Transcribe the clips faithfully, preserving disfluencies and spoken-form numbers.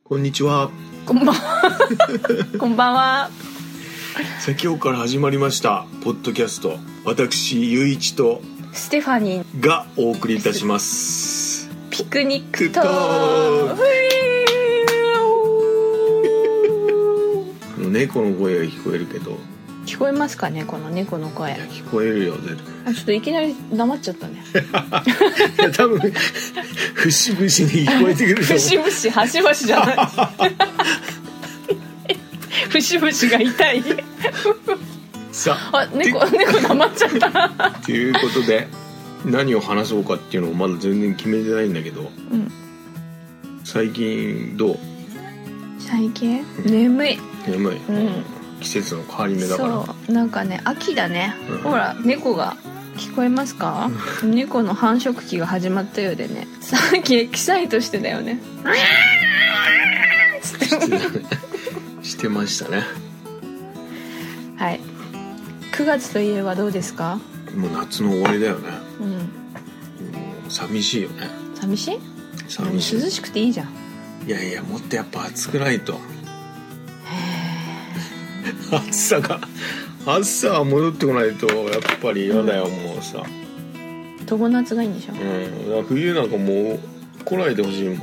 こんにちは。 こんばんは。こんばんは。 さあ今日から始まりましたポッドキャスト、私ゆういちとステファニーがお送りいたします。 ピクニックトーク。 猫の声が聞こえるけど、 聞こえますかね、この猫の声。 いや聞こえるよ絶対。ちょっといきなり黙っちゃったね。 いや多分節々に聞こえてくると思う。 節々端々じゃない。節々が痛い。 さあ、 あ、猫猫黙っちゃった。 ということで何を話そうかっていうのをまだ全然決めてないんだけど、うん、最近どう？ 最近、うん、眠い。 眠い。 うん。 季節の変わり目だから。 そうなんかね、秋だね、うん、ほら猫が聞こえますか？猫の繁殖期が始まったようでね、さっきエキサイトしてたよね。 してましたね。 はい。くがつといえばどうですか？ もう夏の終わりだよね。 うん。もう寂しいよね。 寂しい？ 寂しい。 涼しくていいじゃん。 いやいや、もっとやっぱ暑くないと。暑さが暑さは戻ってこないとやっぱり嫌だよ、うん、もうさ。 常夏がいいんでしょ。 うん、冬なんかもう来ないでほしいもん。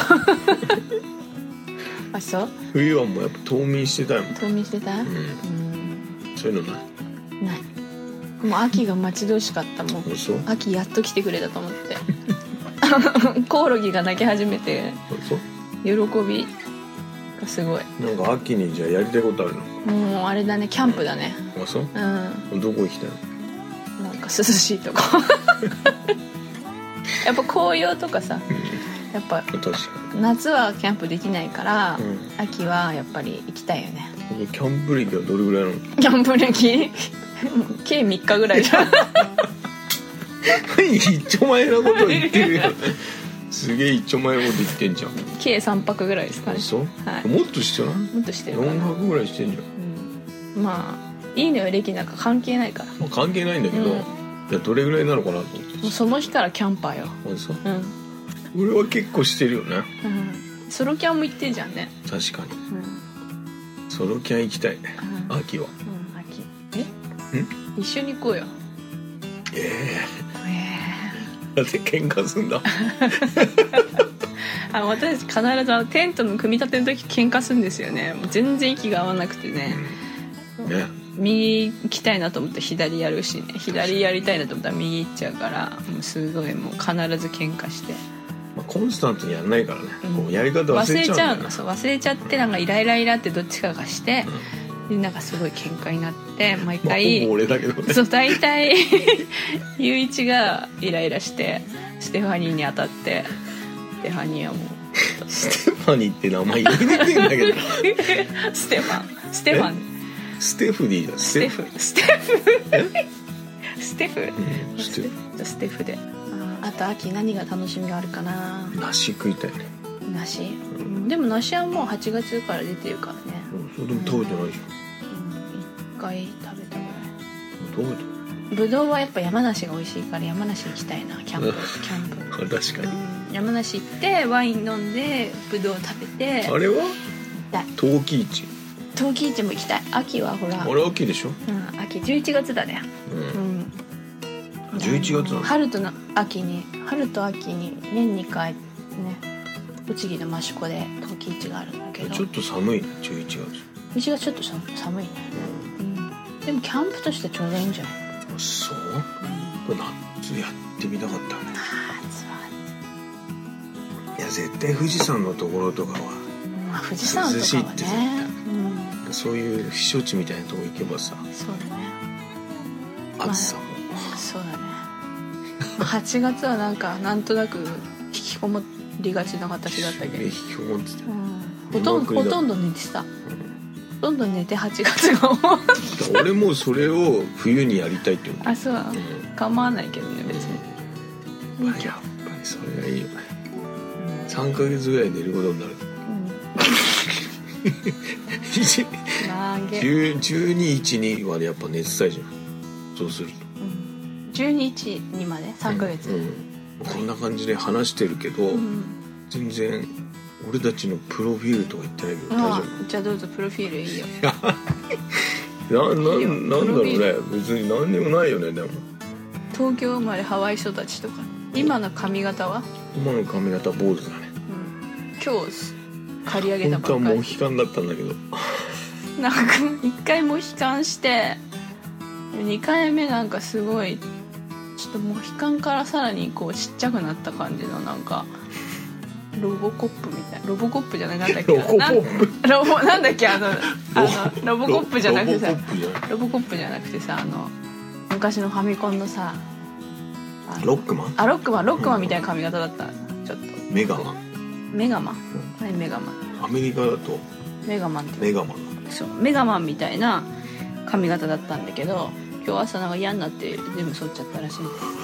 あ、そう。 冬はもうやっぱ冬眠してたいもん。 冬眠してたい、うん、うん、 そういうのない？ ない。もう秋が待ち遠しかったもん。秋やっと来てくれたと思ってコオロギが鳴き始めて喜びがすごい。 なんか秋にじゃあやりたいことあるの？ もうあれだね、キャンプだね。 あ、そう？うん。どこ行きたいの？ なんか涼しいとこやっぱ紅葉とかさ、うん、やっぱ確かに夏はキャンプできないから、うん、秋はやっぱり行きたいよね。 キャンプ歴はどれぐらいなの？ キャンプ歴計みっかぐらいじゃん。 一丁前なこと言ってるよね。すげえ一丁前なこと言ってんじゃん。 計さんぱくぐらいですかね。 そう、 はい、 もっとしてない？ もっとしてるかな。 よんはくぐらいしてんじゃん、 うん、まあいいねは歴なんか関係ないから。 もう関係ないんだけど、うん、いやどれぐらいなのかなと思って。 もうその日からキャンパーよ。 あ、そう、 うん、 俺は結構してるよね、 うん、ソロキャンも行ってんじゃんね。 確かに、うん、ソロキャン行きたいね、うん、秋は、 うん、秋えん一緒に行こうよ。 えー、えー、だって喧嘩すんだあ、私必ずあのテントの組み立ての時喧嘩するんですよね。もう全然息が合わなくてね、うん、ね、右行きたいなと思ったら左やるしね、左やりたいなと思ったら右行っちゃうから、もうすごいもう必ず喧嘩して、 まあ、コンスタントにやんないからね、うん、こうやり方忘れちゃうんだよね。忘れちゃうの。そう、 忘れちゃってなんかイライライラってどっちかがして、うん、でなんかすごい喧嘩になって毎回、 まあ、ほぼ俺だけどね。 そう、大体ゆういちがイライラしてステファニーに当たって、ステファニーはもうステファニーって名前入れてんだけどステファンステファンステフでいいじゃん。 ステフステフステフ、うん、ステフステフで。 あ, あと秋何が楽しみがあるかな。 梨食いたいね。 梨、うん、でも梨はもうはちがつから出てるからね、 うん、それでも食べてないじゃん、 うん、いっかい食べたぐらい。 食べた。 ぶどうはやっぱ山梨が美味しいから山梨行きたいな、キャンプキャンプ確かに、 うん、山梨行ってワイン飲んでぶどう食べて。あれは陶器市。 陶器市も行きたい。秋はほら、 あれ秋でしょ、 うん、秋じゅういちがつだね、うんうん、じゅういちがつなの。 春と秋に春と秋に年にかいね、栃木の益子で陶器市があるんだけど、 ちょっと寒いねじゅういちがつ。 うちがちょっと寒いね、うんうん、でもキャンプとしてちょうどいいんじゃない？ そう、うん、夏やってみたかったね。いや絶対富士山のところとかは、 うん、あ、富士山とかはね、涼しいって絶対、 うん、そういう避暑地みたいなとこ行けばさ。 そうだね、 暑さも、 まあ、そうだねはちがつはなんかなんとなく引きこもりがちな私だったけど、 引きこもってた、うん、 ほとんどほとんど寝てた、うん、ほとんど寝てはちがつが終わった。 俺もそれを冬にやりたいって思う。 あ、そう、うん、構わないけどね別に、 うん、やっぱりそれがいいよね、うん、さんかげつぐらい寝ることになる、うん、じゅうに、いちにはやっぱ寝てたいじゃん。そうすると、うん、 じゅうに、いちにまでさんかげつ、 うんうん、こんな感じで話してるけど、うん、全然俺たちのプロフィールとか言ってないけど大丈夫？ じゃあどうぞプロフィールいいよな、な、なんだろうね、別に何にもないよね。でも東京生まれハワイ育ちとか。今の髪型は？ 今の髪型坊主だね、 うん、今日刈り上げたばっかり。 本当はモヒカンだったんだけどなんかいっかいモヒカンしてにかいめなんかすごいちょっとモヒカンからさらにこうちっちゃくなった感じのなんかロボコップみたいな。ロボコップじゃない、なんだっけ、 ロボコップロボなんだっけ、あのあのロボコップじゃなくてさ、 ロボコップじゃないロボコップじゃなくてさ、あの昔のファミコンのさ、あのロックマン、 あロックマンロックマンみたいな髪型だった。ちょっとメガマン、 メガマン、何メガマン、 アメリカだとメガマンってメガマン、 そうメガマンみたいな髪型だったんだけど、今日朝なんか嫌になって全部剃っちゃったらしい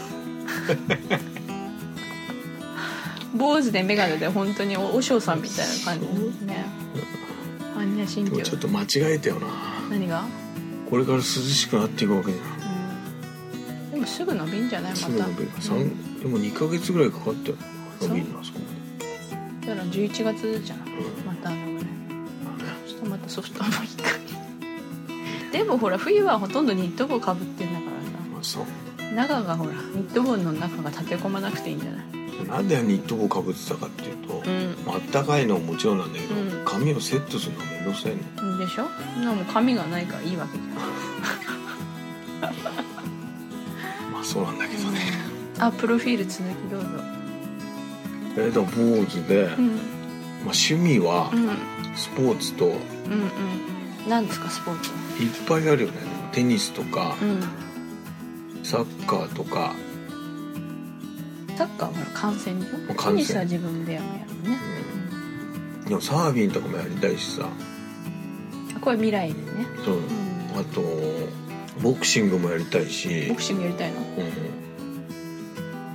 坊主でメガネで本当にお嬢さんみたいな感じですね。あんな心境。 ちょっと間違えたよな。 何が？ これから涼しくなっていくわけじゃん、 うん、でもすぐ伸びんじゃない？またすぐ伸びる、うん、でもにかげつぐらいかかったよ伸びるの。あそこまでだからじゅういちがつじゃん、うん、またあのぐらい、 ね、 そしたらまたソフトもいいかでもほら冬はほとんどニット帽かぶってんだからさ、 まあ、そう中がほらニット帽の中が立て込まなくていいんじゃない？ なんでニット帽かぶってたかっていうと、うん、あったかいのはもちろんなんだけど、うん、髪をセットするのはめんどくさいのでしょ。でも髪がないからいいわけじゃんまあそうなんだけどね、 うん、あプロフィール続きどうぞ。 えー、だから坊主で、うん、まあ、趣味はスポーツと、うんうん、 何ですかスポーツ？ いっぱいあるよね。テニスとか、うん、サッカーとか。 サッカーは観戦でしょ。テニスは自分でやるのやるね、 うん、でもサーフィンとかもやりたいしさ。 これ未来でね。 そう、うん、あとボクシングもやりたいし。 ボクシングやりたいの？うん、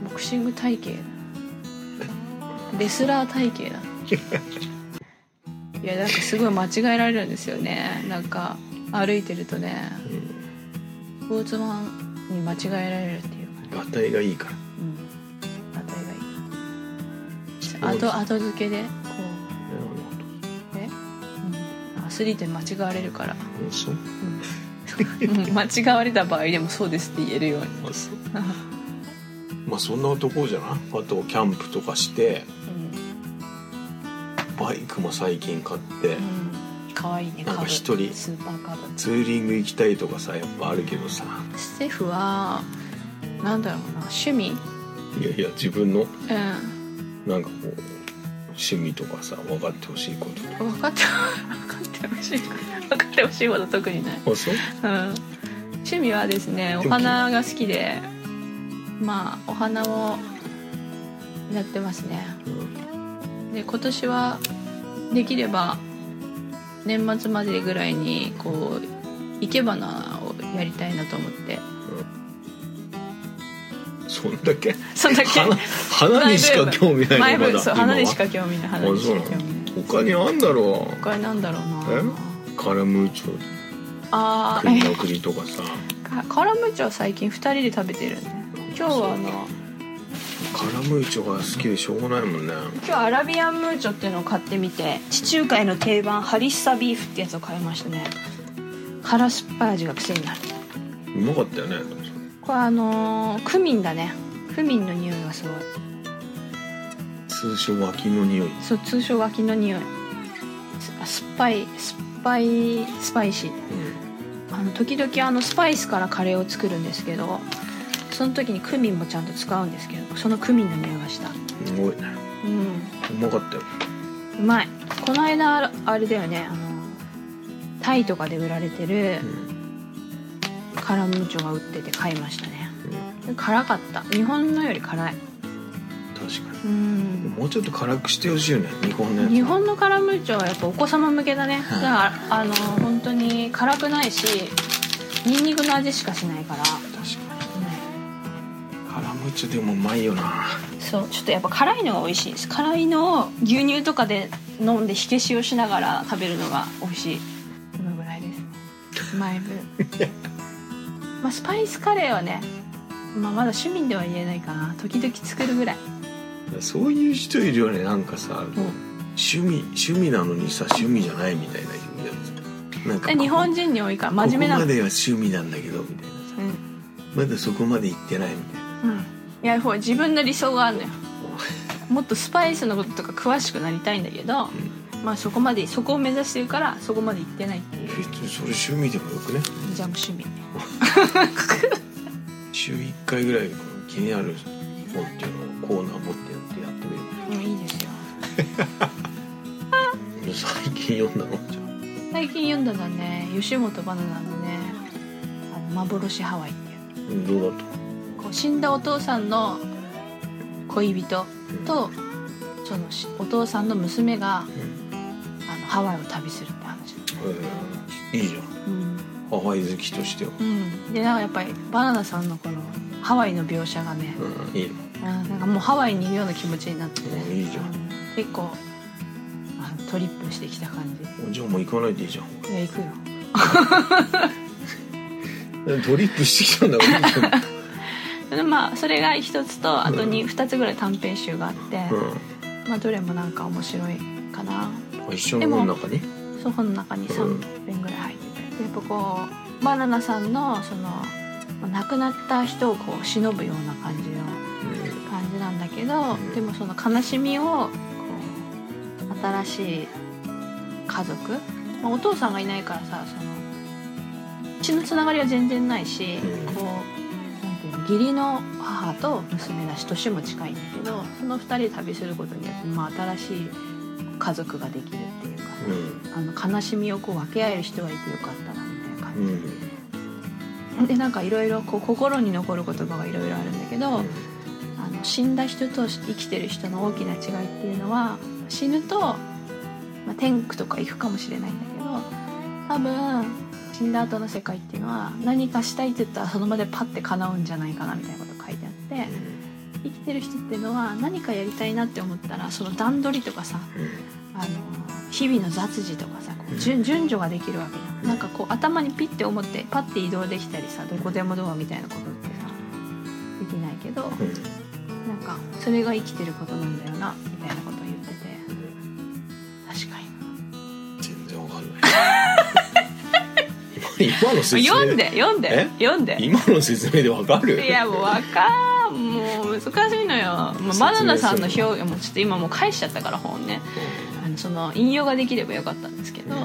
ボクシング体型だ。レスラー体型だいやなんかすごい間違えられるんですよね。なんか歩いてるとね、うん、スポーツマンに間違えられるっていうか、 ガタイがいいから、 後, 後付けでこう、え、うん、アスリートに間違われるから、 うん、そう、 うん、間違われた場合でもそうですって言えるようにあそうまあそんなとこじゃない。あとキャンプとかして、うん、バイクも最近買って、うん、 かわいいね。 なんか一人スーパーカブツーリング行きたいとかさやっぱあるけどさ。 ステフはなんだろうな、趣味、 いやいや自分の、 うん、 なんかこう趣味とかさ分かってほしいこととか。 分かって分かってほしい分かってほしいこと特にない。 あそう、 うん、趣味はですねお花が好きで、まあお花をやってますね、うん、で今年はできれば年末までぐらいにこう生け花をやりたいなと思って、 うん、そんだけそんだけ 花, 花にしか興味ないの。まだそう花にしか興味ない。花にしか興味ない。 他にあんだろう。 他になんだろうな。 えカラムーチョ、 あ栗の栗とかさ。 カラムーチョは最近ふたりで食べてるんで、今日はあのカラムーチョが好きでしょうがないもんね。 今日アラビアンムーチョっていうのを買ってみて、地中海の定番ハリッサビーフってやつを買いましたね。辛酸っぱい味が癖になる。 うまかったよね。 これあのー、クミンだね。クミンの匂いがすごい。 通称脇の匂い。 そう、通称脇の匂い。酸っぱい酸っぱいスパイシー、うん、あの時々あのスパイスからカレーを作るんですけど、その時にクミンもちゃんと使うんですけど、そのクミンの匂いがした。 すごいね。うん。うまかったよ。 うまい。この間あれだよね、あのタイとかで売られてる、うん、カラムーチョが売ってて買いましたね、うん、辛かった。日本のより辛い。 確かに、 うん、 もうちょっと辛くしてほしいよね、日本のやつ。 日本のカラムーチョはやっぱお子様向けだね、だからあの本当に辛くないし、ニンニクの味しかしないから。確かに、ね、 カラムーチョでもうまいよな。 そう、ちょっとやっぱ辛いのが美味しいです。辛いのを牛乳とかで飲んで火消しをしながら食べるのが美味しい。このぐらいですマイブまあスパイスカレーはね、まあ、まだ趣味では言えないかな。時々作るぐらい。 そういう人いるよね。なんかさ、うん、 趣味趣味なのにさ趣味じゃないみたいなやつなんか日本人に多いから真面目なここまでは趣味なんだけどみたいなさ、うん、まだそこまで行ってないみたいな、うん、 いやほら自分の理想があるのよもっとスパイスのこととか詳しくなりたいんだけど、うん、まあそこまでそこを目指してるからそこまで行ってないっていう。 別にそれ趣味でもよくね。 じゃあもう趣味週いっかいぐらい気になる本っていうのをコーナー持ってやってやってみる。 うん、いいですよ最近読んだのじゃ最近読んだのはね吉本バナナのねあの幻ハワイっていうどうだったこう死んだお父さんの恋人と、うん、そのお父さんの娘が、うん、あのハワイを旅するって話、 えー、いいじゃん、うん、ハワイ好きとしては、 うん、でなんかやっぱりバナナさんのこのハワイの描写がね、 うん、いいのなんかもうハワイにいるような気持ちになってね、 うん、いいじゃん、うん、 結構あのトリップしてきた感じ。 じゃあもう行かないでいいじゃん。 いや行くよトリップしてきたんだからいいじゃんまあそれが一つとあと 2,、うん、ふたつぐらい短編集があって、うん、まあどれもなんか面白いかな。 一緒の本の中にそう本の中にさんべんぐらい入ってて、やっぱこうバナナさんのその亡くなった人をこう偲ぶような感じの感じなんだけど、うん、でもその悲しみをこう新しい家族、まあ、お父さんがいないからさその血のつながりは全然ないし、うん、こう義理の母と娘だし年も近いんだけどそのふたりで旅することによって、まあ、新しい家族ができるっていうか、うん、あの悲しみをこう分け合える人がいてよかったなみたいな感じ、うん、でなんかいろいろ心に残る言葉がいろいろあるんだけど、うん、あの死んだ人と生きてる人の大きな違いっていうのは死ぬと、まあ、天国とか行くかもしれないんだけど多分死んだ後の世界っていうのは何かしたいって言ったらその場でパッて叶うんじゃないかなみたいなことが書いてあって、生きてる人っていうのは何かやりたいなって思ったらその段取りとかさ、あの日々の雑事とかさこう 順, 順序ができるわけじゃん。なんかこう頭にピッて思ってパッて移動できたりさどこでもドアみたいなことってさできないけど、なんかそれが生きてることなんだよなみたいなことを言ってて、確かに全然わかんない今の説明読んで読んで読んで今の説明でわかる？ いやもうわかんもう難しいのよ。まあ、バナナさんの表現もちょっと今もう返しちゃったから本ね、うん、あのその引用ができればよかったんですけど、うん、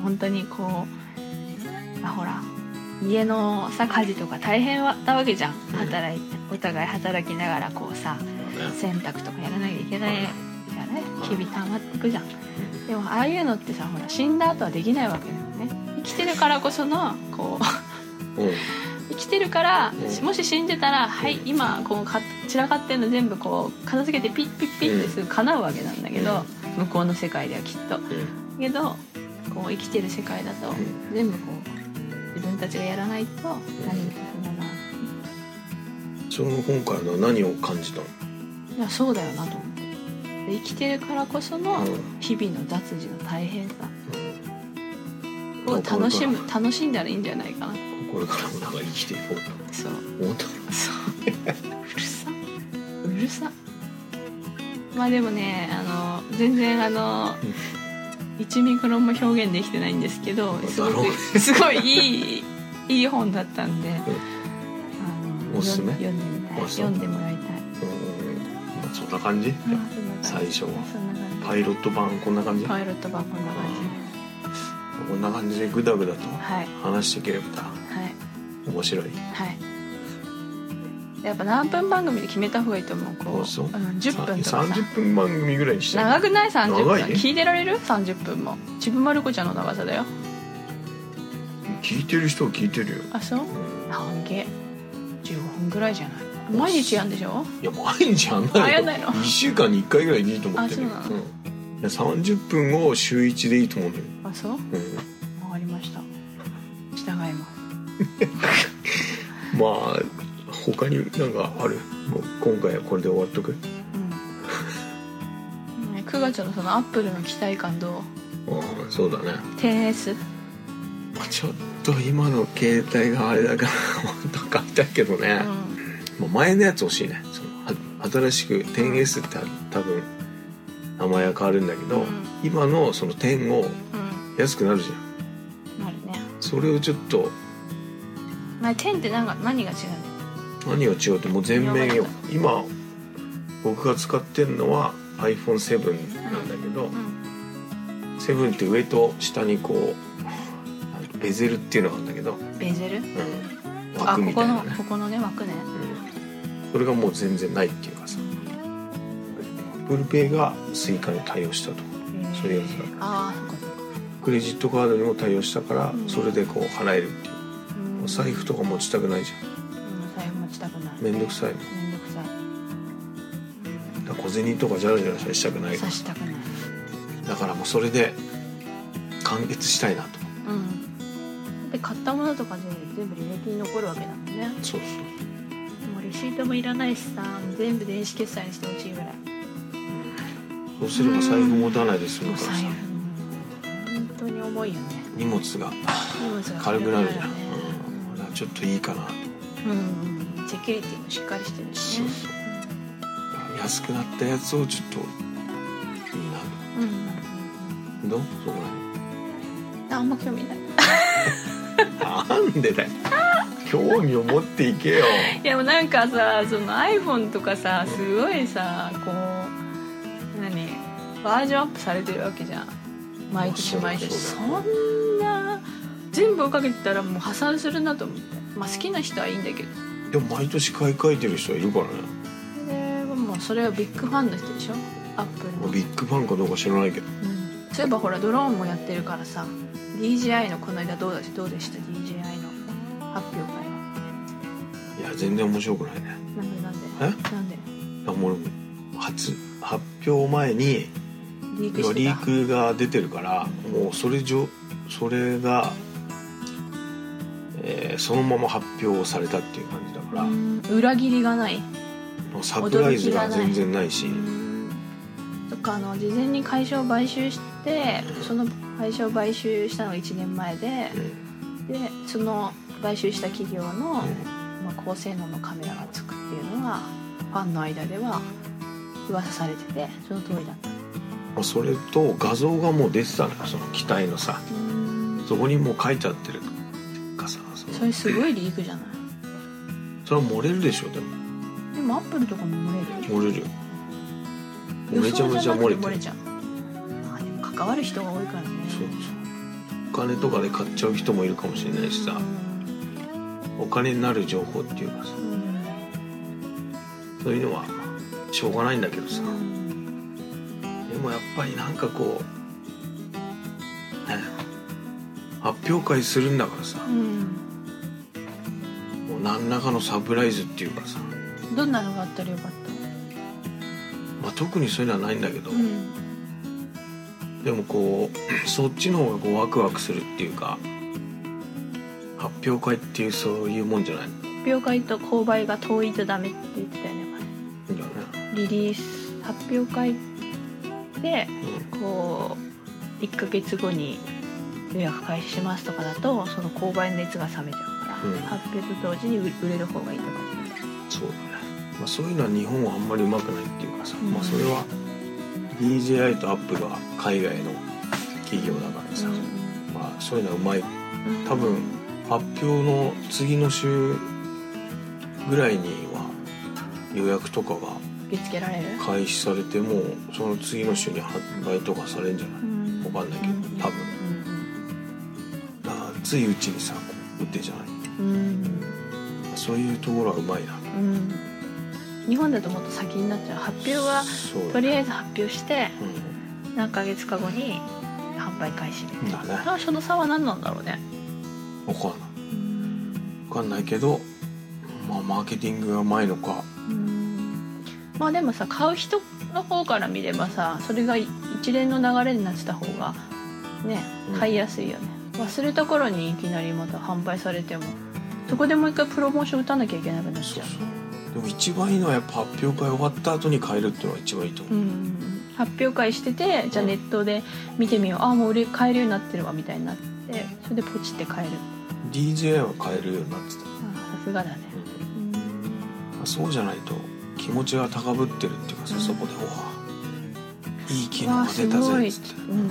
本当にこうあほら家のさ家事とか大変だわけじゃん。働いてお互い働きながらこうさ洗濯とかやらなきゃいけないじゃない日々溜まっていくじゃん。でもああいうのってさほら死んだ後はできないわけだよね。生きてるからこそのこう、うん、生きてるから、うん、もし死んでたら、うん、はい今こうか散らかってるの全部こう片付けてピッピッピッってすぐ叶うわけなんだけど、うん、向こうの世界ではきっと、うん、けどこう生きてる世界だと、うん、全部こう自分たちがやらないと何も進まない。 その今回の何を感じたの？ いやそうだよなと思って。生きてるからこその日々の雑事の大変さを楽しむ楽しんだらいいんじゃないかな。 これからもなんか生きていこうと。 そう思ったそううるさうるさまあでもねあの全然あのいちミクロンも表現できてないんですけどすごくすごいいいいい本だったんで、うん、あのおすすめ読んでみたい読んでもらいたい。 うんそんな感じ、うん、最初はパイロット版こんな感じ。 パイロット版こんな感じ。 こんな感じでグダグダと話していければ、はい、面白い。 はい。やっぱ何分番組で決めた方がいいと思う。こう、 そううん、じゅっぷんとかさ。 さんじゅっぷん番組ぐらいにして。 長くない？さんじゅっぷん。聞いてられる？さんじゅっぷんも。ちぶまる子ちゃんの長さだよ。 聞いてる人は聞いてるよ。 あ、そう？半径じゅうごふんぐらいじゃない。毎日やんでしょ？ いや毎日やんないよ。 あ、やんないの？ いっしゅうかんにいっかいぐらいでいいと思ってる。 あ、そうなの？ うん、いやさんじゅっぷんを週いちでいいと思うのよ。 あ、そう？うん。わかりました。従います。 まあ他に何かある？もう今回はこれで終わっとく。 うん。くがつのそのアップルの期待感どう？ ああ、そうだね。 テンエス？ ちょっと今の携帯があれだから本当買いたいけどね。うん、もう前のやつ欲しいね。その新しく テンエス って多分名前は変わるんだけど、うん、今のその点を安くなるじゃん、 なるね。 それをちょっと前点って何が何が違うの？何が違うってもう全面よ。今僕が使ってるのは アイフォンセブン なんだけど、うんうん、セブンって上と下にこうベゼルっていうのがあるんだけど、 ベゼル、うん、 枠みたいな、ね、 あ、ここのここのね枠ね、 うん、それがもう全然ないっていうかさ、アップルペイがスイカに対応したと、そういうやつだから。 あ、そっかそっか。 クレジットカードにも対応したから、うん、それでこう払えるっていう、うん、お財布とか持ちたくないじゃん、 うん、財布持ちたくない。 めんどくさいの。 めんどくさい。 だから小銭とかジャラジャラしたくないから。 さしたくない。 だからもうそれで完結したいなと。 うん。で買ったものとかで全部履歴に残るわけだもんね。 そうそう。 もうレシートもいらないしさ、全部電子決済にしてほしいぐらい。 そうすれば財布持たないで済むからさ。 本当に重いよね。 荷物が軽くなるじゃん。うん、だからちょっといいかなと。 うん、セキュリティもしっかりしてるしね。そうそう。 安くなったやつをちょっといいなと。うん。どう？そこらあんま興味ない。 なんでだよ。興味を持っていけよ。 いやもうなんかさ、その iPhone とかさ、すごいさ、こう何バージョンアップされてるわけじゃん。毎年毎年。そんな全部をかけてたらもう破産するなと思って。まあ好きな人はいいんだけど。 でも毎年買い替えてる人はいるからね。 でもうそれはビッグファンの人でしょ。アップルの。 ビッグファンかどうか知らないけど。うん、 そういえばほらドローンもやってるからさ。ディージェーアイ のこの間どうだどうでした ディージェーアイ の発表会は。 いや全然面白くないね。 なんでなんで？ え？ なんで？ あもう初発表前にリークしてた。 リークが出てるから、うん、もうそれ上それが、えー、そのまま発表されたっていう感じだから。 裏切りがない。 サプライズが全然ないし。 とかあの事前に会社を買収して、うん、その会社を買収したのがいちねんまえで、うん、でその買収した企業の、うんまあ、高性能のカメラがつくっていうのはファンの間では噂されててその通りだった。 それと画像がもう出てたのよ、その機体のさ、そこにもう書いちゃってるかさ。 そ, それすごいリークじゃない？ それは漏れるでしょ。でもでもアップルとかも漏れる。 漏れるよ。めちゃめちゃ漏れてる。 漏れちゃう。あでも関わる人が多いからね。 そうそう。お金とかで買っちゃう人もいるかもしれないしさ、お金になる情報っていうかさ、そういうのはしょうがないんだけどさ、でもやっぱりなんかこう、ね、発表会するんだからさ、もう何らかのサプライズっていうかさ。 どんなのがあったらよかった？ まあ、特にそういうのはないんだけど、うん、でもこうそっちの方がこうワクワクするっていうか、発表会っていうそういうもんじゃないの？ 発表会と購買が遠いとダメって言ってたよね。 だね。 リリース発表会で、うん、こういっかげつごに予約開始しますとかだとその購買の熱が冷めちゃうから、うん、発表と同時に売れる方がいいとか言って。 そうだね。まあ、そういうのは日本はあんまりうまくないっていうかさ、うん、まあそれは ディージェーアイ とアップルは海外の企業だからさ、うん、まあそういうのはうまい。多分発表の次の週ぐらいには予約とかが受け付けられる開始されて、もうその次の週に発売とかされるんじゃない？うん、わかんないけど、多分、うん、だからついうちにさこう売ってじゃない、うん、そういうところはうまいな。うん、 日本だともっと先になっちゃう。発表はとりあえず発表して、うん、何ヶ月か後に販売開始みたいな。だね。その差は何なんだろうね。 分かんない。分かんないけど、まあマーケティングがうまいのか。うん、 まあでもさ買う人の方から見ればさ、それが一連の流れになってた方がね買いやすいよね。うん、忘れた頃にいきなりまた販売されても、そこでもう一回プロモーション打たなきゃいけなくなっちゃう。そうそう。 でも一番いいのはやっぱ発表会終わった後に買えるっていうのが一番いいと思う。うん、 発表会してて、じゃあネットで見てみよう、うん、ああもう売れ買えるようになってるわみたいになって、それでポチって買える。 ディージェーアイ は買えるようになってた。 さすがだね。うん、 そうじゃないと気持ちが高ぶってるっていうかさ、うん、そこでわいい機能が出たぜっつって、 うん、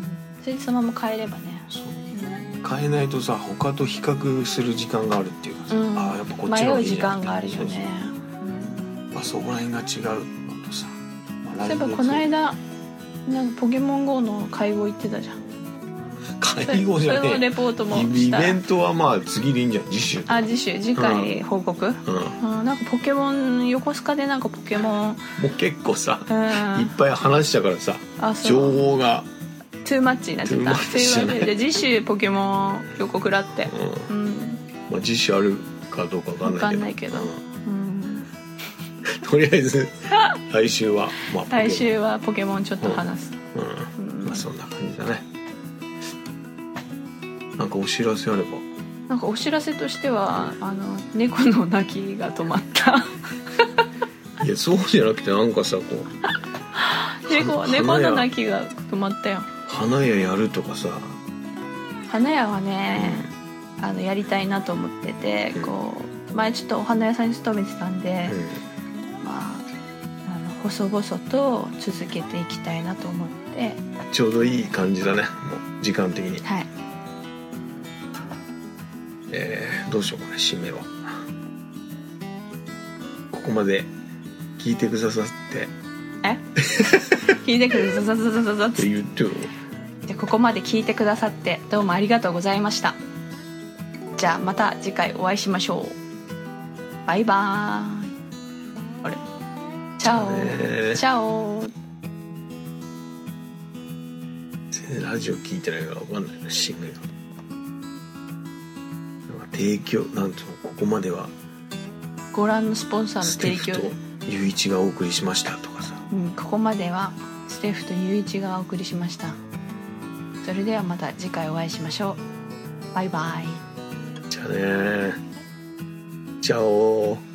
それでそのまま変えればね。 そう変えないとさ他と比較する時間があるっていうかさ、うん、ああやっぱこっちの方がいいじゃん、迷う時間があるよね。そうそう、うん、まあ、そこら辺が違うのとさ、 まあ、そういえばこの間なんかポケモン ゴー の会合行ってたじゃん。 会合じゃねえ、 それのレポートもしたイベントはまあ次でいいんじゃん、次週。 あ、次週次回報告、うんうん、なんかポケモン横須賀でなんかポケモンもう結構さ、うん、いっぱい話したからさ、情報がトゥーマッチになっちゃった。トゥーマッチじゃない。で次週ポケモン予告だって、うんうん、 まあ、次週あるかどうか分かんないけど、 分かんないけど、うん、 とりあえず来週は、 まあ、来週はポケモンちょっと話す、 うんうんうん、まあそんな感じだね。なんかお知らせあれば。 なんかお知らせとしてはあの猫の鳴きが止まったいやそうじゃなくてなんかさこう猫, 猫の鳴きが止まったよ。 花屋やるとかさ。 花屋はね、うん、あのやりたいなと思ってて、うん、こう前ちょっとお花屋さんに勤めてたんで、うん、まあ、あの細々と続けていきたいなと思って。 ちょうどいい感じだね、もう時間的に。 はい。 えー、どうしようかね、締めは。ここまで聞いてくださってえ聞いてくださってって言ってよ。 じゃあここまで聞いてくださってどうもありがとうございました。じゃあまた次回お会いしましょう。バイバーイ。あれチャオ、えー、チャオ。 全然ラジオ聞いてないから分かんないな、締めが。提供なんとここまではご覧のスポンサーの提供でステフとゆういちがお送りしましたとかさ、 うん、ここまではステフとゆういちがお送りしました。それではまた次回お会いしましょう。バイバイ。 じゃあね、チャオ。